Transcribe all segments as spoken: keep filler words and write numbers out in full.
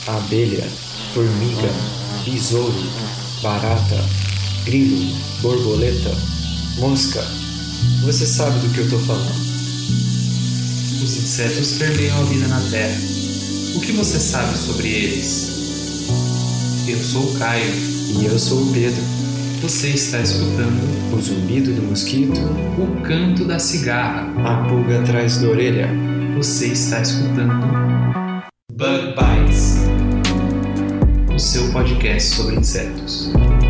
abelha, formiga, besouro, barata, grilo, borboleta, mosca. Você sabe do que eu tô falando. Os insetos permeiam a vida na Terra. O que você sabe sobre eles? Eu sou o Caio. E eu sou o Pedro. Você está escutando O zumbido do mosquito, o canto da cigarra. a pulga atrás da orelha. Você está escutando Bug Bites, o seu podcast sobre insetos.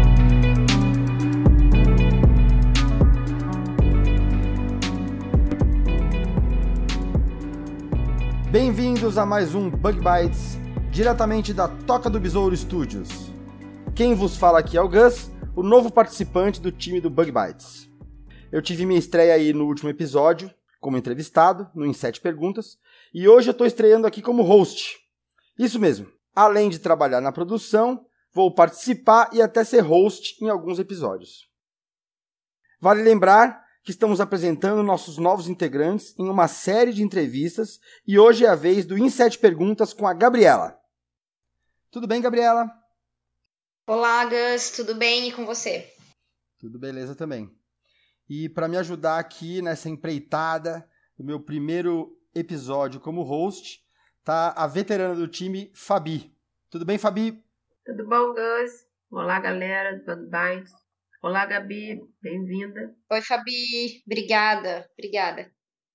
Bem-vindos a mais um Bug Bites, diretamente da Toca do Besouro Studios. Quem vos fala aqui é o Gus, o novo participante do time do Bug Bites. Eu tive minha estreia aí no último episódio, como entrevistado, no Em sete Perguntas, e hoje eu estou estreando aqui como host. Isso mesmo, além de trabalhar na produção, vou participar e até ser host em alguns episódios. Vale lembrar que estamos apresentando nossos novos integrantes em uma série de entrevistas e hoje é a vez do Em sete Perguntas com a Gabriela. Tudo bem, Gabriela? Olá, Gus, tudo bem e com você? Tudo beleza também. E para me ajudar aqui nessa empreitada do meu primeiro episódio como host, tá a veterana do time, Fabi. Tudo bem, Fabi? Tudo bom, Gus? Olá, galera do Bug Bites. Olá, Gabi, bem-vinda. Oi, Fabi, obrigada, obrigada.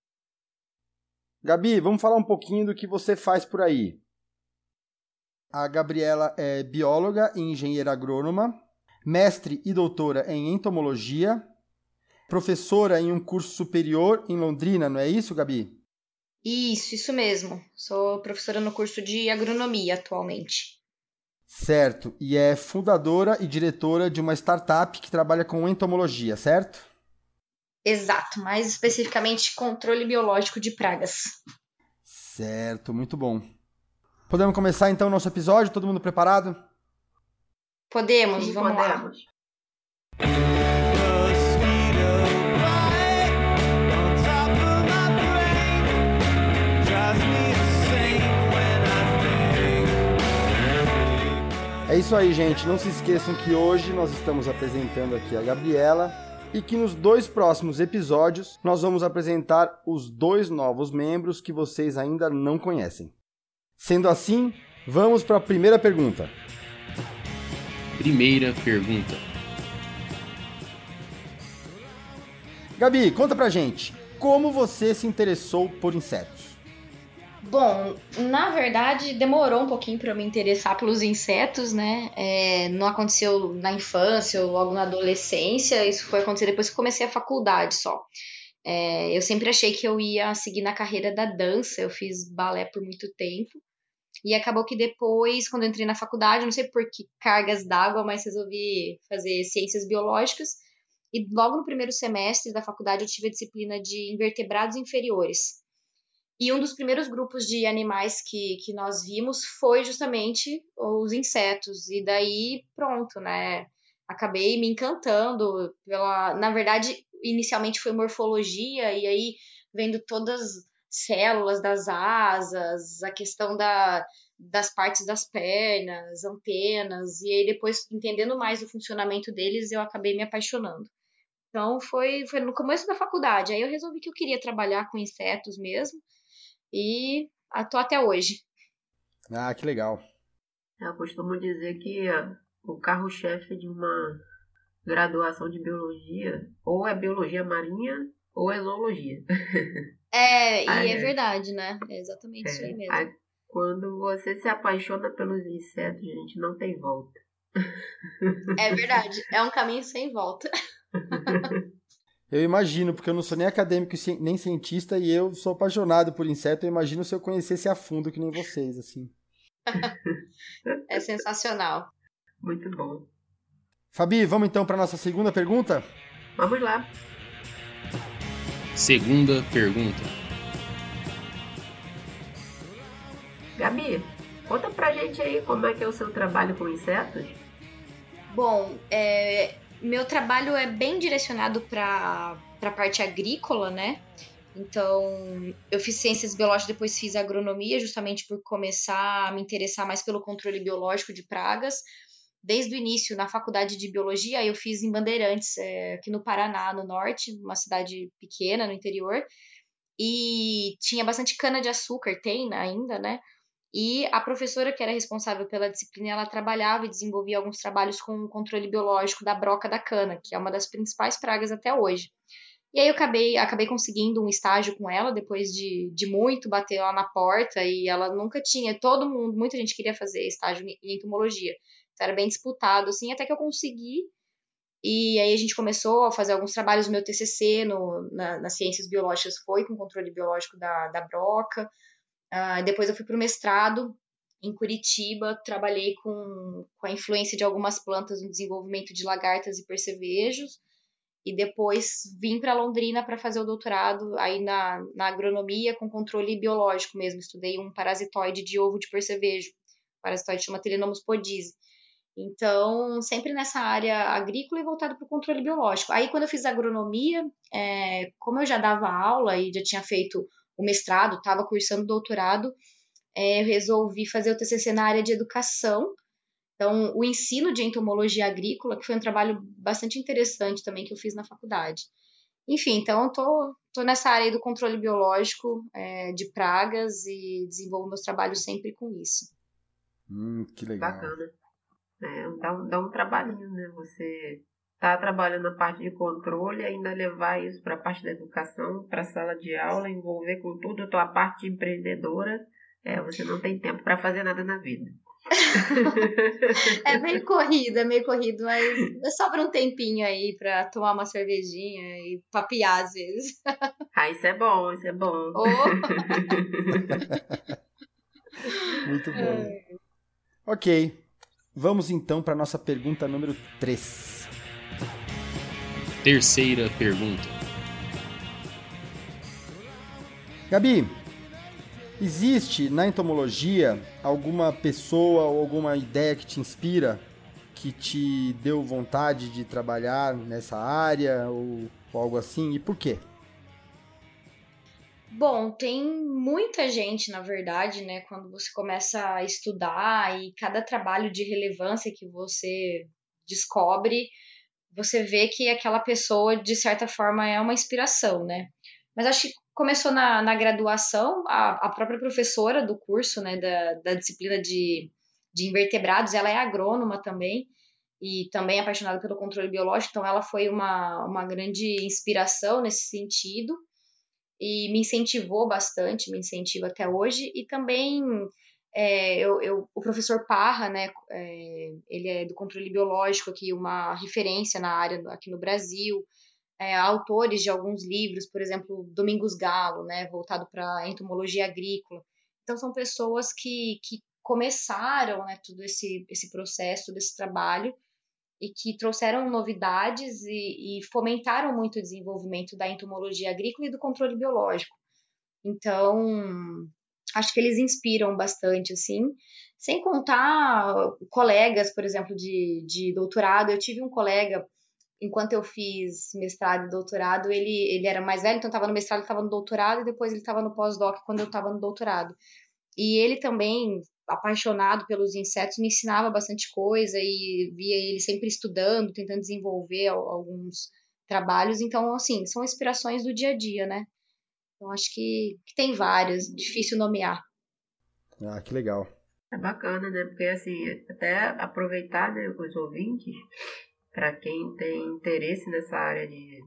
Gabi, vamos falar um pouquinho do que você faz por aí. A Gabriela é bióloga e engenheira agrônoma, mestre e doutora em entomologia, professora em um curso superior em Londrina, não é isso, Gabi? Isso, isso mesmo. Sou professora no curso de agronomia atualmente. Certo, e é fundadora e diretora de uma startup que trabalha com entomologia, certo? Exato, mais especificamente controle biológico de pragas. Certo, muito bom. Podemos começar então o nosso episódio? Todo mundo preparado? Podemos, Sim, vamos podemos. lá. É isso aí, gente. Não se esqueçam que hoje nós estamos apresentando aqui a Gabriela e que nos dois próximos episódios nós vamos apresentar os dois novos membros que vocês ainda não conhecem. Sendo assim, vamos para a primeira pergunta. Primeira pergunta. Gabi, conta pra gente, como você se interessou por insetos? Bom, na verdade, demorou um pouquinho para eu me interessar pelos insetos, né? É, não aconteceu na infância ou logo na adolescência, isso foi acontecer depois que comecei a faculdade só. É, eu sempre achei que eu ia seguir na carreira da dança, eu fiz balé por muito tempo, e acabou que depois, quando eu entrei na faculdade, não sei por que cargas d'água, mas resolvi fazer ciências biológicas, e logo no primeiro semestre da faculdade eu tive a disciplina de invertebrados inferiores. E um dos primeiros grupos de animais que, que nós vimos foi justamente os insetos. E daí, pronto, né? Acabei me encantando pela... Na verdade, inicialmente foi morfologia, e aí vendo todas as células das asas, a questão da, das partes das pernas, antenas, e aí depois, entendendo mais o funcionamento deles, eu acabei me apaixonando. Então, foi, foi no começo da faculdade. Aí eu resolvi que eu queria trabalhar com insetos mesmo. E tô até hoje. Ah, que legal. Eu costumo dizer que uh, o carro-chefe de uma graduação de biologia ou é biologia marinha ou é zoologia. É, e Aí, é verdade, né? É exatamente é, isso aí mesmo. aí, quando você se apaixona pelos insetos, gente, não tem volta. É verdade, é um caminho sem volta. Eu imagino, porque eu não sou nem acadêmico nem cientista e eu sou apaixonado por inseto. Eu imagino se eu conhecesse a fundo que nem vocês, assim. É sensacional. Muito bom. Fabi, vamos então para nossa segunda pergunta? Vamos lá. Segunda pergunta. Gabi, conta pra gente aí como é que é o seu trabalho com insetos. Bom, é, meu trabalho é bem direcionado para a parte agrícola, né? Então, eu fiz ciências biológicas, depois fiz agronomia, justamente por começar a me interessar mais pelo controle biológico de pragas. Desde o início, na faculdade de biologia, eu fiz em Bandeirantes, é, aqui no Paraná, no norte, uma cidade pequena, no interior. E tinha bastante cana-de-açúcar, tem ainda, né? E a professora que era responsável pela disciplina, ela trabalhava e desenvolvia alguns trabalhos com o controle biológico da broca da cana, que é uma das principais pragas até hoje. E aí eu acabei, acabei conseguindo um estágio com ela, depois de, de muito bater lá na porta, e ela nunca tinha, todo mundo, muita gente queria fazer estágio em entomologia. Então era bem disputado, assim, até que eu consegui. E aí a gente começou a fazer alguns trabalhos, o meu T C C no, na, nas ciências biológicas foi com controle biológico da, da broca. Uh, depois eu fui para o mestrado em Curitiba, trabalhei com, com a influência de algumas plantas no desenvolvimento de lagartas e percevejos. E depois vim para Londrina para fazer o doutorado aí na, na agronomia com controle biológico mesmo. Estudei um parasitoide de ovo de percevejo. O parasitoide chama Telenomus podise. Então, sempre nessa área agrícola e voltado para o controle biológico. Aí, quando eu fiz agronomia, é, como eu já dava aula e já tinha feito o mestrado, estava cursando o doutorado, é, eu resolvi fazer o T C C na área de educação. Então, o ensino de entomologia agrícola, que foi um trabalho bastante interessante também que eu fiz na faculdade. Enfim, então eu tô, tô nessa área aí do controle biológico é, de pragas e desenvolvo meus trabalhos sempre com isso. Hum, que legal. Bacana. É, dá, um, dá um trabalhinho, né? Você tá trabalhando na parte de controle e ainda levar isso para a parte da educação, para a sala de aula, envolver com tudo a tua parte empreendedora. É, você não tem tempo para fazer nada na vida. É meio corrido, é meio corrido, mas sobra um tempinho aí pra tomar uma cervejinha e papiar às vezes. Ah, isso é bom, isso é bom. Oh. Muito bom. É. Ok, vamos então para nossa pergunta número três. Terceira pergunta. Gabi, existe na entomologia alguma pessoa ou alguma ideia que te inspira, que te deu vontade de trabalhar nessa área ou, ou algo assim? E por quê? Bom, tem muita gente, na verdade, né? Quando você começa a estudar e cada trabalho de relevância que você descobre, você vê que aquela pessoa, de certa forma, é uma inspiração, né? Mas acho que começou na, na graduação, a, a própria professora do curso, né, da, da disciplina de, de invertebrados, ela é agrônoma também, e também apaixonada pelo controle biológico, então ela foi uma, uma grande inspiração nesse sentido, e me incentivou bastante, me incentiva até hoje, e também é, eu, eu, o professor Parra, né, é, ele é do controle biológico aqui, uma referência na área aqui no Brasil, É, autores de alguns livros, por exemplo, Domingos Galo, né, voltado para entomologia agrícola. Então, são pessoas que, que começaram, né, todo esse, esse processo, desse trabalho, e que trouxeram novidades e, e fomentaram muito o desenvolvimento da entomologia agrícola e do controle biológico. Então, acho que eles inspiram bastante, assim, sem contar colegas, por exemplo, de, de doutorado. Eu tive um colega, enquanto eu fiz mestrado e doutorado, ele, ele era mais velho, então estava no mestrado, estava no doutorado, e depois ele estava no pós-doc quando eu estava no doutorado. E ele também, apaixonado pelos insetos, me ensinava bastante coisa e via ele sempre estudando, tentando desenvolver alguns trabalhos. Então, assim, são inspirações do dia a dia, né? Então, acho que, que tem várias, difícil nomear. Ah, que legal. É bacana, né? Porque, assim, até aproveitar, né, os ouvintes, para quem tem interesse nessa área de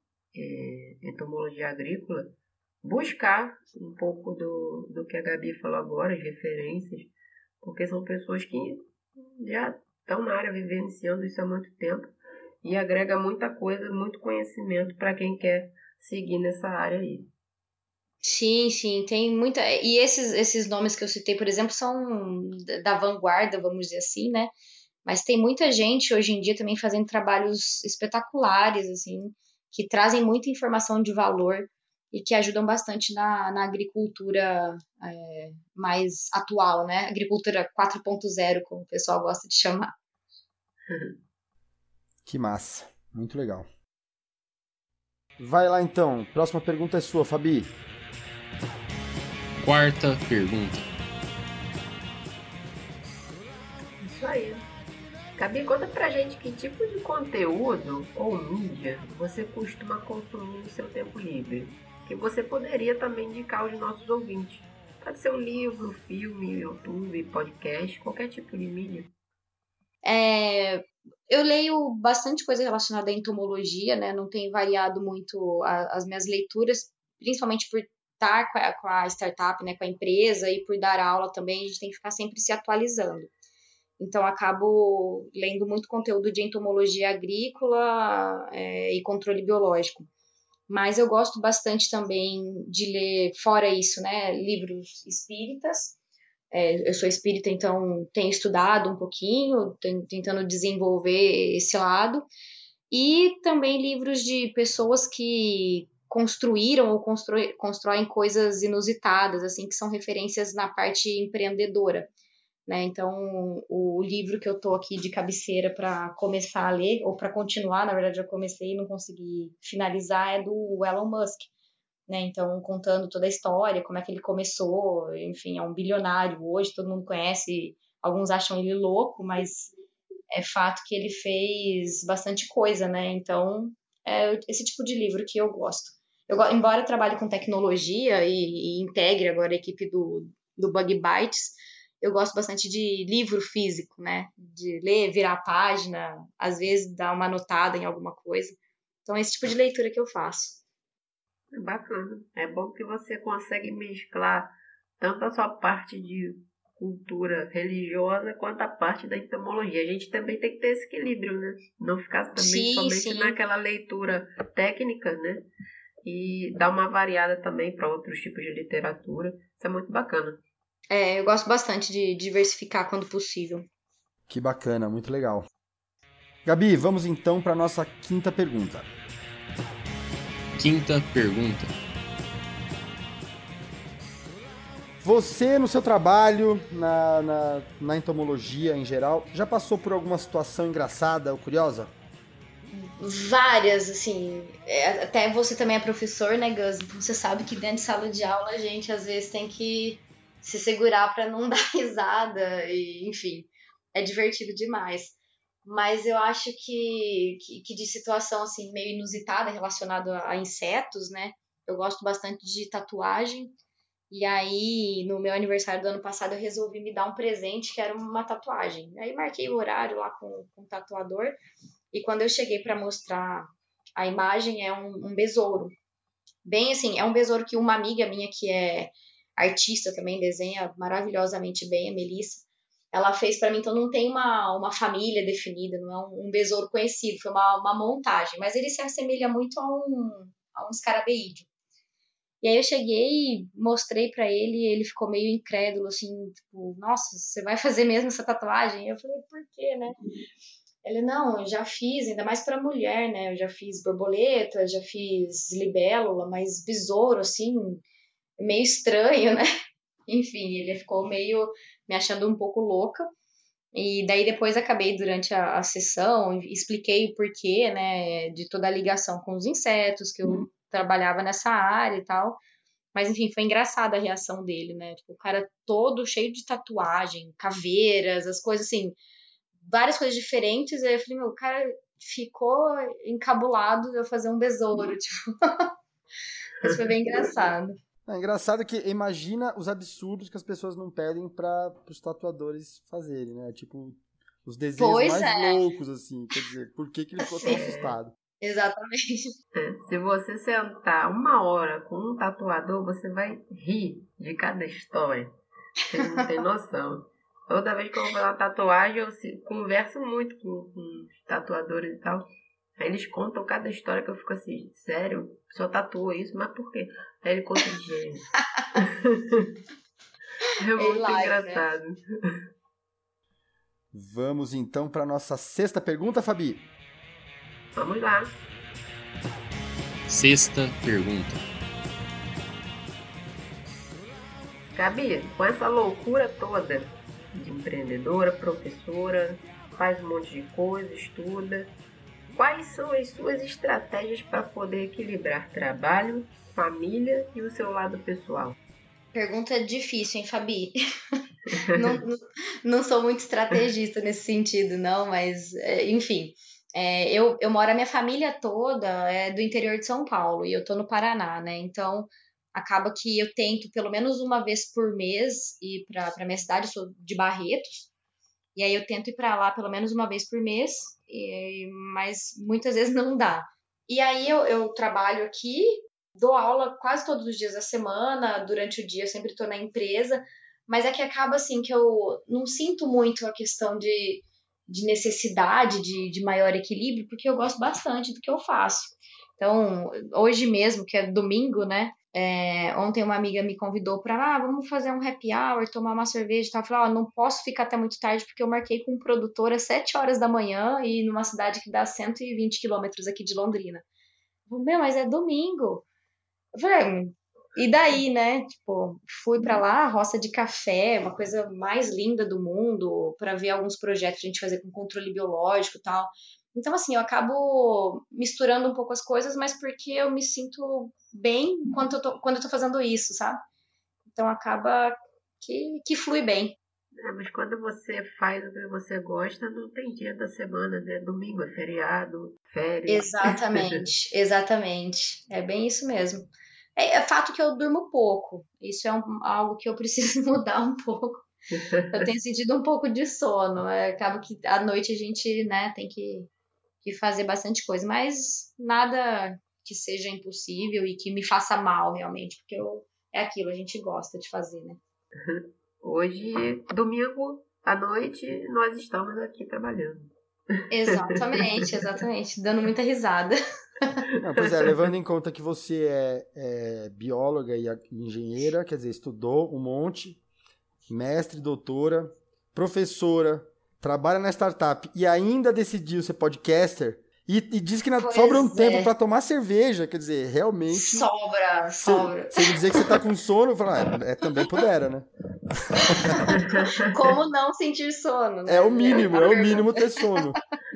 é, entomologia agrícola, buscar um pouco do, do que a Gabi falou agora, as referências, porque são pessoas que já estão na área vivenciando isso há muito tempo e agrega muita coisa, muito conhecimento para quem quer seguir nessa área aí. Sim, sim, tem muita... E esses, esses nomes que eu citei, por exemplo, são da vanguarda, vamos dizer assim, né? Mas tem muita gente hoje em dia também fazendo trabalhos espetaculares, assim, que trazem muita informação de valor e que ajudam bastante na, na agricultura é, mais atual, né? Agricultura quatro ponto zero, como o pessoal gosta de chamar. Que massa, muito legal. Vai lá então, próxima pergunta é sua, Fabi. Quarta pergunta. Isso aí. Gabi, conta pra gente que tipo de conteúdo ou mídia você costuma consumir no seu tempo livre, que você poderia também indicar aos nossos ouvintes. Pode ser um livro, filme, YouTube, podcast, qualquer tipo de mídia. É, eu leio bastante coisa relacionada à entomologia, né? Não tenho variado muito a, as minhas leituras, principalmente por estar com a, com a startup, né? Com a empresa e por dar aula também, a gente tem que ficar sempre se atualizando. Então, acabo lendo muito conteúdo de entomologia agrícola é, e controle biológico. Mas eu gosto bastante também de ler, fora isso, né, livros espíritas. É, eu sou espírita, então tenho estudado um pouquinho, tentando desenvolver esse lado. E também livros de pessoas que construíram ou constrói, constroem coisas inusitadas, assim, que são referências na parte empreendedora. Né? Então, o livro que eu tô aqui de cabeceira para começar a ler, ou para continuar, na verdade, eu comecei e não consegui finalizar, é do Elon Musk. Né? Então, contando toda a história, como é que ele começou, enfim, é um bilionário hoje, todo mundo conhece, alguns acham ele louco, mas é fato que ele fez bastante coisa, né? Então, é esse tipo de livro que eu gosto. Eu, embora eu trabalhe com tecnologia e, e integre agora a equipe do, do Bug Bites, eu gosto bastante de livro físico, né? De ler, virar a página, às vezes dar uma anotada em alguma coisa. Então, é esse tipo de leitura que eu faço. É bacana. É bom que você consegue mesclar tanto a sua parte de cultura religiosa quanto a parte da entomologia. A gente também tem que ter esse equilíbrio, né? Não ficar também sim, somente sim. naquela leitura técnica, né? E dar uma variada também para outros tipos de literatura. Isso é muito bacana. É, eu gosto bastante de diversificar quando possível. Que bacana, muito legal. Gabi, vamos então para a nossa quinta pergunta. Quinta pergunta. Você, no seu trabalho, na, na, na entomologia em geral, já passou por alguma situação engraçada ou curiosa? Várias, assim. É, até você também é professor, né, Gus? Você sabe que dentro de sala de aula a gente às vezes tem que se segurar para não dar risada, e, enfim, é divertido demais. Mas eu acho que, que, que de situação assim, meio inusitada relacionada a insetos, né? Eu gosto bastante de tatuagem. E aí, no meu aniversário do ano passado, eu resolvi me dar um presente que era uma tatuagem. Aí marquei o horário lá com, com o tatuador. E quando eu cheguei para mostrar a imagem, é um, um besouro. Bem assim, é um besouro que uma amiga minha que é artista também, desenha maravilhosamente bem, a Melissa, ela fez para mim. Então não tem uma, uma família definida, não é um, um besouro conhecido, foi uma, uma montagem, mas ele se assemelha muito a um, a um escarabeídeo. E aí eu cheguei e mostrei para ele, e ele ficou meio incrédulo, assim, tipo, nossa, você vai fazer mesmo essa tatuagem? Eu falei, por quê, né? Ele, não, eu já fiz, ainda mais para mulher, né? Eu já fiz borboleta, já fiz libélula, mas besouro, assim, meio estranho, né? Enfim, ele ficou meio me achando um pouco louca. E daí depois acabei, durante a, a sessão, expliquei o porquê, né, de toda a ligação com os insetos, que eu uhum. trabalhava nessa área e tal. Mas, enfim, foi engraçada a reação dele, né? Tipo, o cara todo cheio de tatuagem, caveiras, as coisas assim, várias coisas diferentes. Aí eu falei, meu, o cara ficou encabulado de eu fazer um besouro, tipo. Isso foi bem engraçado. É engraçado que imagina os absurdos que as pessoas não pedem para os tatuadores fazerem, né? Tipo, os desenhos pois mais é. loucos, assim. Quer dizer, por que, que ele ficou tão assustado? Exatamente. Se você sentar uma hora com um tatuador, você vai rir de cada história. Você não tem noção. Toda vez que eu vou fazer uma tatuagem, eu converso muito com, com os tatuadores e tal. Aí eles contam cada história que eu fico assim, sério? Só tatuou isso? Mas por quê? Aí ele conta de gênio. É muito like, engraçado. Né? Vamos então para nossa sexta pergunta, Fabi. Vamos lá. Sexta pergunta. Gabi, com essa loucura toda de empreendedora, professora, faz um monte de coisa, estuda, quais são as suas estratégias para poder equilibrar trabalho, família e o seu lado pessoal? Pergunta difícil, hein, Fabi? não, não, não sou muito estrategista nesse sentido, não, mas, é, enfim. É, eu, eu moro, a minha família toda é do interior de São Paulo, e eu tô no Paraná, né? Então, acaba que eu tento, pelo menos uma vez por mês, ir pra, pra minha cidade, eu sou de Barretos, e aí eu tento ir pra lá pelo menos uma vez por mês, e, mas muitas vezes não dá. E aí eu, eu trabalho aqui, dou aula quase todos os dias da semana, durante o dia eu sempre tô na empresa, mas é que acaba assim que eu não sinto muito a questão de, de necessidade de, de maior equilíbrio, porque eu gosto bastante do que eu faço. Então, hoje mesmo, que é domingo, né? É, ontem uma amiga me convidou para, ah, vamos fazer um happy hour, tomar uma cerveja e tal. Eu falei, ó, não posso ficar até muito tarde, porque eu marquei com um produtor às sete horas da manhã e numa cidade que dá cento e vinte quilômetros aqui de Londrina. Eu falei, meu, mas é domingo. Eu falei, e daí, né? Tipo, fui pra lá, roça de café, uma coisa mais linda do mundo, pra ver alguns projetos que a gente fazer com controle biológico e tal. Então, assim, eu acabo misturando um pouco as coisas, mas porque eu me sinto bem quando eu tô, quando eu tô fazendo isso, sabe? Então, acaba que, que flui bem. É, mas quando você faz o que você gosta, não tem dia da semana, né? Domingo é feriado, férias. Exatamente, exatamente. É bem isso mesmo. É, é fato que eu durmo pouco. Isso é um, algo que eu preciso mudar um pouco. Eu tenho sentido um pouco de sono. É, acaba que à noite a gente, né, tem que, que fazer bastante coisa. Mas nada que seja impossível e que me faça mal, realmente. Porque eu, é aquilo, a gente gosta de fazer, né? Hoje, domingo à noite, nós estamos aqui trabalhando. Exatamente, exatamente. Dando muita risada. Não, pois é, levando em conta que você é, é bióloga e engenheira, quer dizer, estudou um monte, mestre, doutora, professora, trabalha na startup e ainda decidiu ser podcaster e, e diz que na, sobra um é. tempo para tomar cerveja, quer dizer, realmente... Sobra, sobra. Se ele dizer que você tá com sono, fala, ah, é, também pudera, né? Como não sentir sono, né? É o mínimo, é o mínimo ter sono.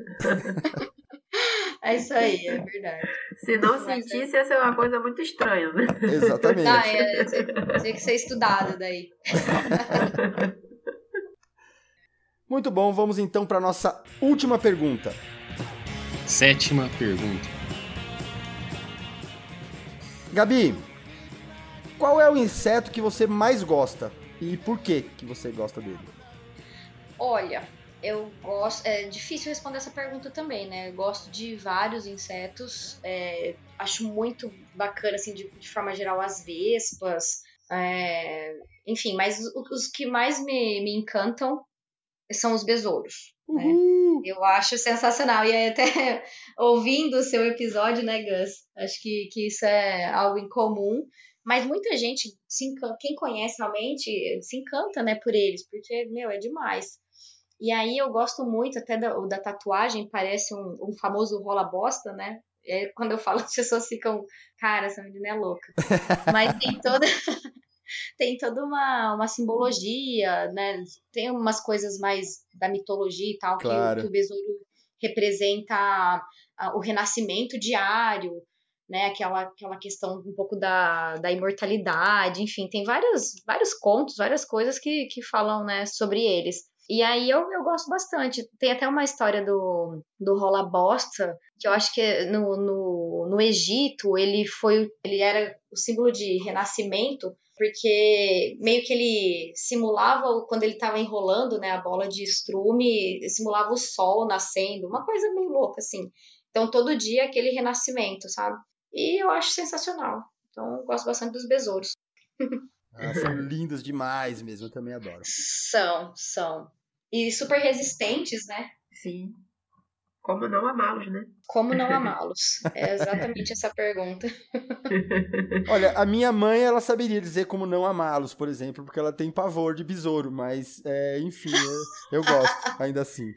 É isso aí, é verdade. Se não sentisse, ia ser uma coisa muito estranha, né? Exatamente. Ah, é, tinha que ser estudado daí. Muito bom, vamos então para nossa última pergunta. Sétima pergunta. Gabi, qual é o inseto que você mais gosta? E por que que você gosta dele? Olha, eu gosto... É difícil responder essa pergunta também, né? Eu gosto de vários insetos. É, acho muito bacana, assim, de, de forma geral, as vespas. É, enfim, mas os, os que mais me, me encantam são os besouros. Né? Eu acho sensacional. E aí, até ouvindo o seu episódio, né, Gus? Acho que, que isso é algo em comum. Mas muita gente, se encanta, quem conhece realmente, se encanta, né, por eles, porque, meu, é demais. E aí eu gosto muito até da, da tatuagem, parece um, um famoso rola bosta, né? É, quando eu falo, as pessoas ficam, cara, essa menina é louca. Mas tem toda, tem toda uma, uma simbologia, né? Tem umas coisas mais da mitologia e tal, Claro. que, que o besouro representa a, a, o renascimento diário, né, aquela, aquela questão um pouco da, da imortalidade, enfim, tem vários, vários contos, várias coisas que, que falam, né, sobre eles. E aí eu, eu gosto bastante. Tem até uma história do, do rola bosta, que eu acho que no, no, no Egito ele foi, ele era o símbolo de renascimento, porque meio que ele simulava, quando ele estava enrolando, né, a bola de estrume, simulava o sol nascendo, uma coisa meio louca, assim. Então, todo dia aquele renascimento, sabe? E eu acho sensacional. Então, eu gosto bastante dos besouros. Ah, são lindos demais mesmo, eu também adoro. São, são. E super resistentes, né? Sim. Como não amá-los, né? Como não amá-los? É exatamente essa pergunta. Olha, a minha mãe, ela saberia dizer como não amá-los, por exemplo, porque ela tem pavor de besouro, mas, é, enfim, eu, eu gosto, ainda assim.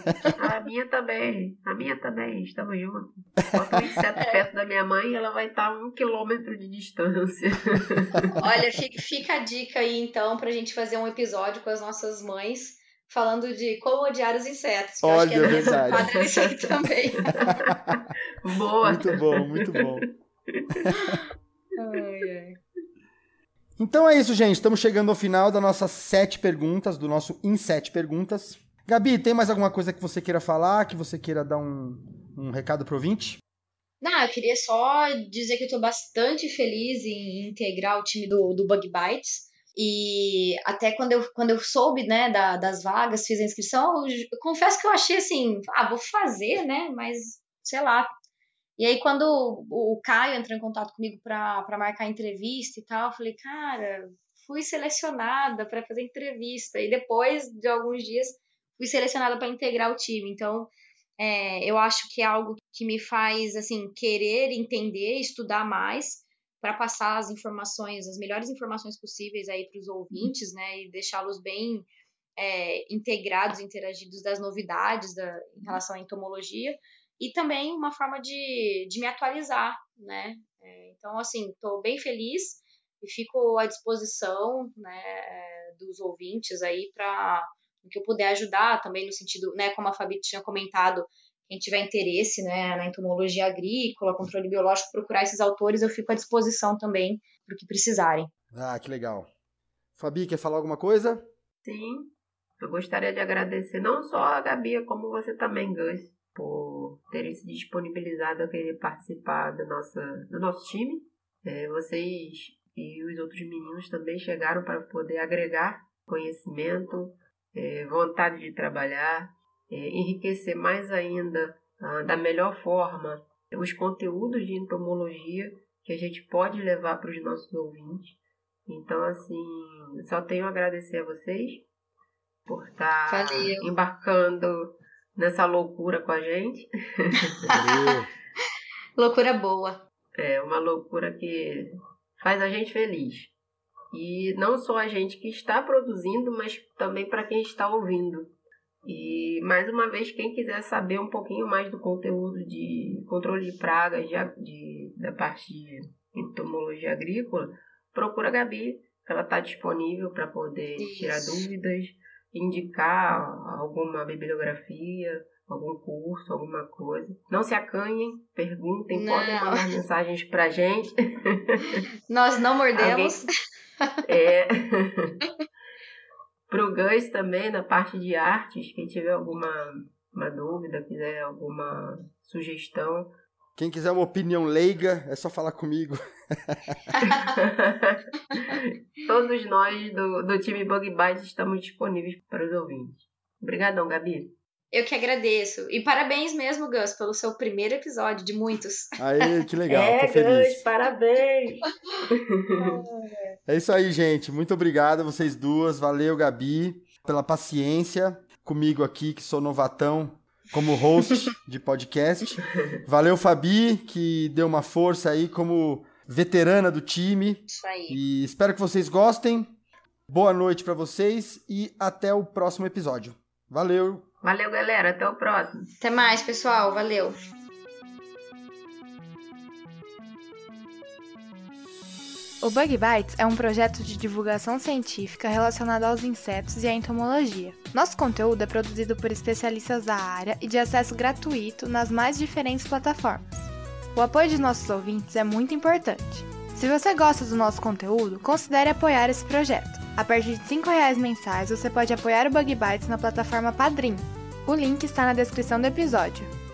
A minha também, a minha também, estamos juntos. Bota um inseto perto da minha mãe e ela vai estar a um quilômetro de distância. Olha, fica, fica a dica aí, então, pra gente fazer um episódio com as nossas mães, falando de como odiar os insetos. Que Olha, eu acho que é verdade. quadro isso aí também. Boa! Muito bom, muito bom. Ai, ai. Então é isso, gente. Estamos chegando ao final das nossas sete perguntas, do nosso Em Sete Perguntas. Gabi, tem mais alguma coisa que você queira falar, que você queira dar um, um recado pro ouvinte? Não, eu queria só dizer que eu tô bastante feliz em integrar o time do, do Bug Bites. E até quando eu, quando eu soube, né, da, das vagas, fiz a inscrição, eu, eu confesso que eu achei assim, ah, vou fazer, né, mas sei lá. E aí quando o, o Caio entrou em contato comigo pra, pra marcar entrevista e tal, eu falei, cara, fui selecionada pra fazer entrevista. E depois de alguns dias, fui selecionada pra integrar o time. Então, é, eu acho que é algo que me faz, assim, querer entender, estudar mais, para passar as informações, as melhores informações possíveis aí para os ouvintes, né, e deixá-los bem é, integrados, interagidos das novidades da, em relação à entomologia, e também uma forma de, de me atualizar, né, é, então, assim, estou bem feliz e fico à disposição, né, dos ouvintes aí para o que eu puder ajudar, também no sentido, né, como a Fabi tinha comentado, quem tiver interesse, né, na entomologia agrícola, controle biológico, procurar esses autores, eu fico à disposição também para o que precisarem. Ah, que legal. Fabi, quer falar alguma coisa? Sim, eu gostaria de agradecer não só a Gabi, como você também, Gus, por terem se disponibilizado a querer participar da nossa, do nosso time. É, vocês e os outros meninos também chegaram para poder agregar conhecimento, é, vontade de trabalhar, É, enriquecer mais ainda, ah, da melhor forma, os conteúdos de entomologia que a gente pode levar para os nossos ouvintes. Então, assim, só tenho a agradecer a vocês por estar Valeu. embarcando nessa loucura com a gente. Valeu. Loucura boa. É uma loucura que faz a gente feliz. E não só a gente que está produzindo, mas também para quem está ouvindo. E, mais uma vez, quem quiser saber um pouquinho mais do conteúdo de controle de pragas, de, de, da parte de entomologia agrícola, procura a Gabi, que ela está disponível para poder Isso. tirar dúvidas, indicar alguma bibliografia, algum curso, alguma coisa. Não se acanhem, perguntem, Não. podem mandar mensagens para a gente. Nós não mordemos. Alguém... É... Pro Gus também, na parte de artes, quem tiver alguma uma dúvida, quiser alguma sugestão. Quem quiser uma opinião leiga, é só falar comigo. Todos nós do, do time Bug Bites estamos disponíveis para os ouvintes. Obrigadão, Gabi. Eu que agradeço. E parabéns mesmo, Gus, pelo seu primeiro episódio de muitos. Aê, que legal, é, tô feliz. Gus, parabéns. É isso aí, gente. Muito obrigado a vocês duas. Valeu, Gabi, pela paciência comigo aqui, que sou novatão como host de podcast. Valeu, Fabi, que deu uma força aí como veterana do time. Isso aí. E espero que vocês gostem. Boa noite para vocês e até o próximo episódio. Valeu! Valeu, galera. Até o próximo. Até mais, pessoal. Valeu. O Bug Bites é um projeto de divulgação científica relacionado aos insetos e à entomologia. Nosso conteúdo é produzido por especialistas da área e de acesso gratuito nas mais diferentes plataformas. O apoio de nossos ouvintes é muito importante. Se você gosta do nosso conteúdo, considere apoiar esse projeto. A partir de cinco reais mensais, você pode apoiar o Bug Bites na plataforma Padrim. O link está na descrição do episódio.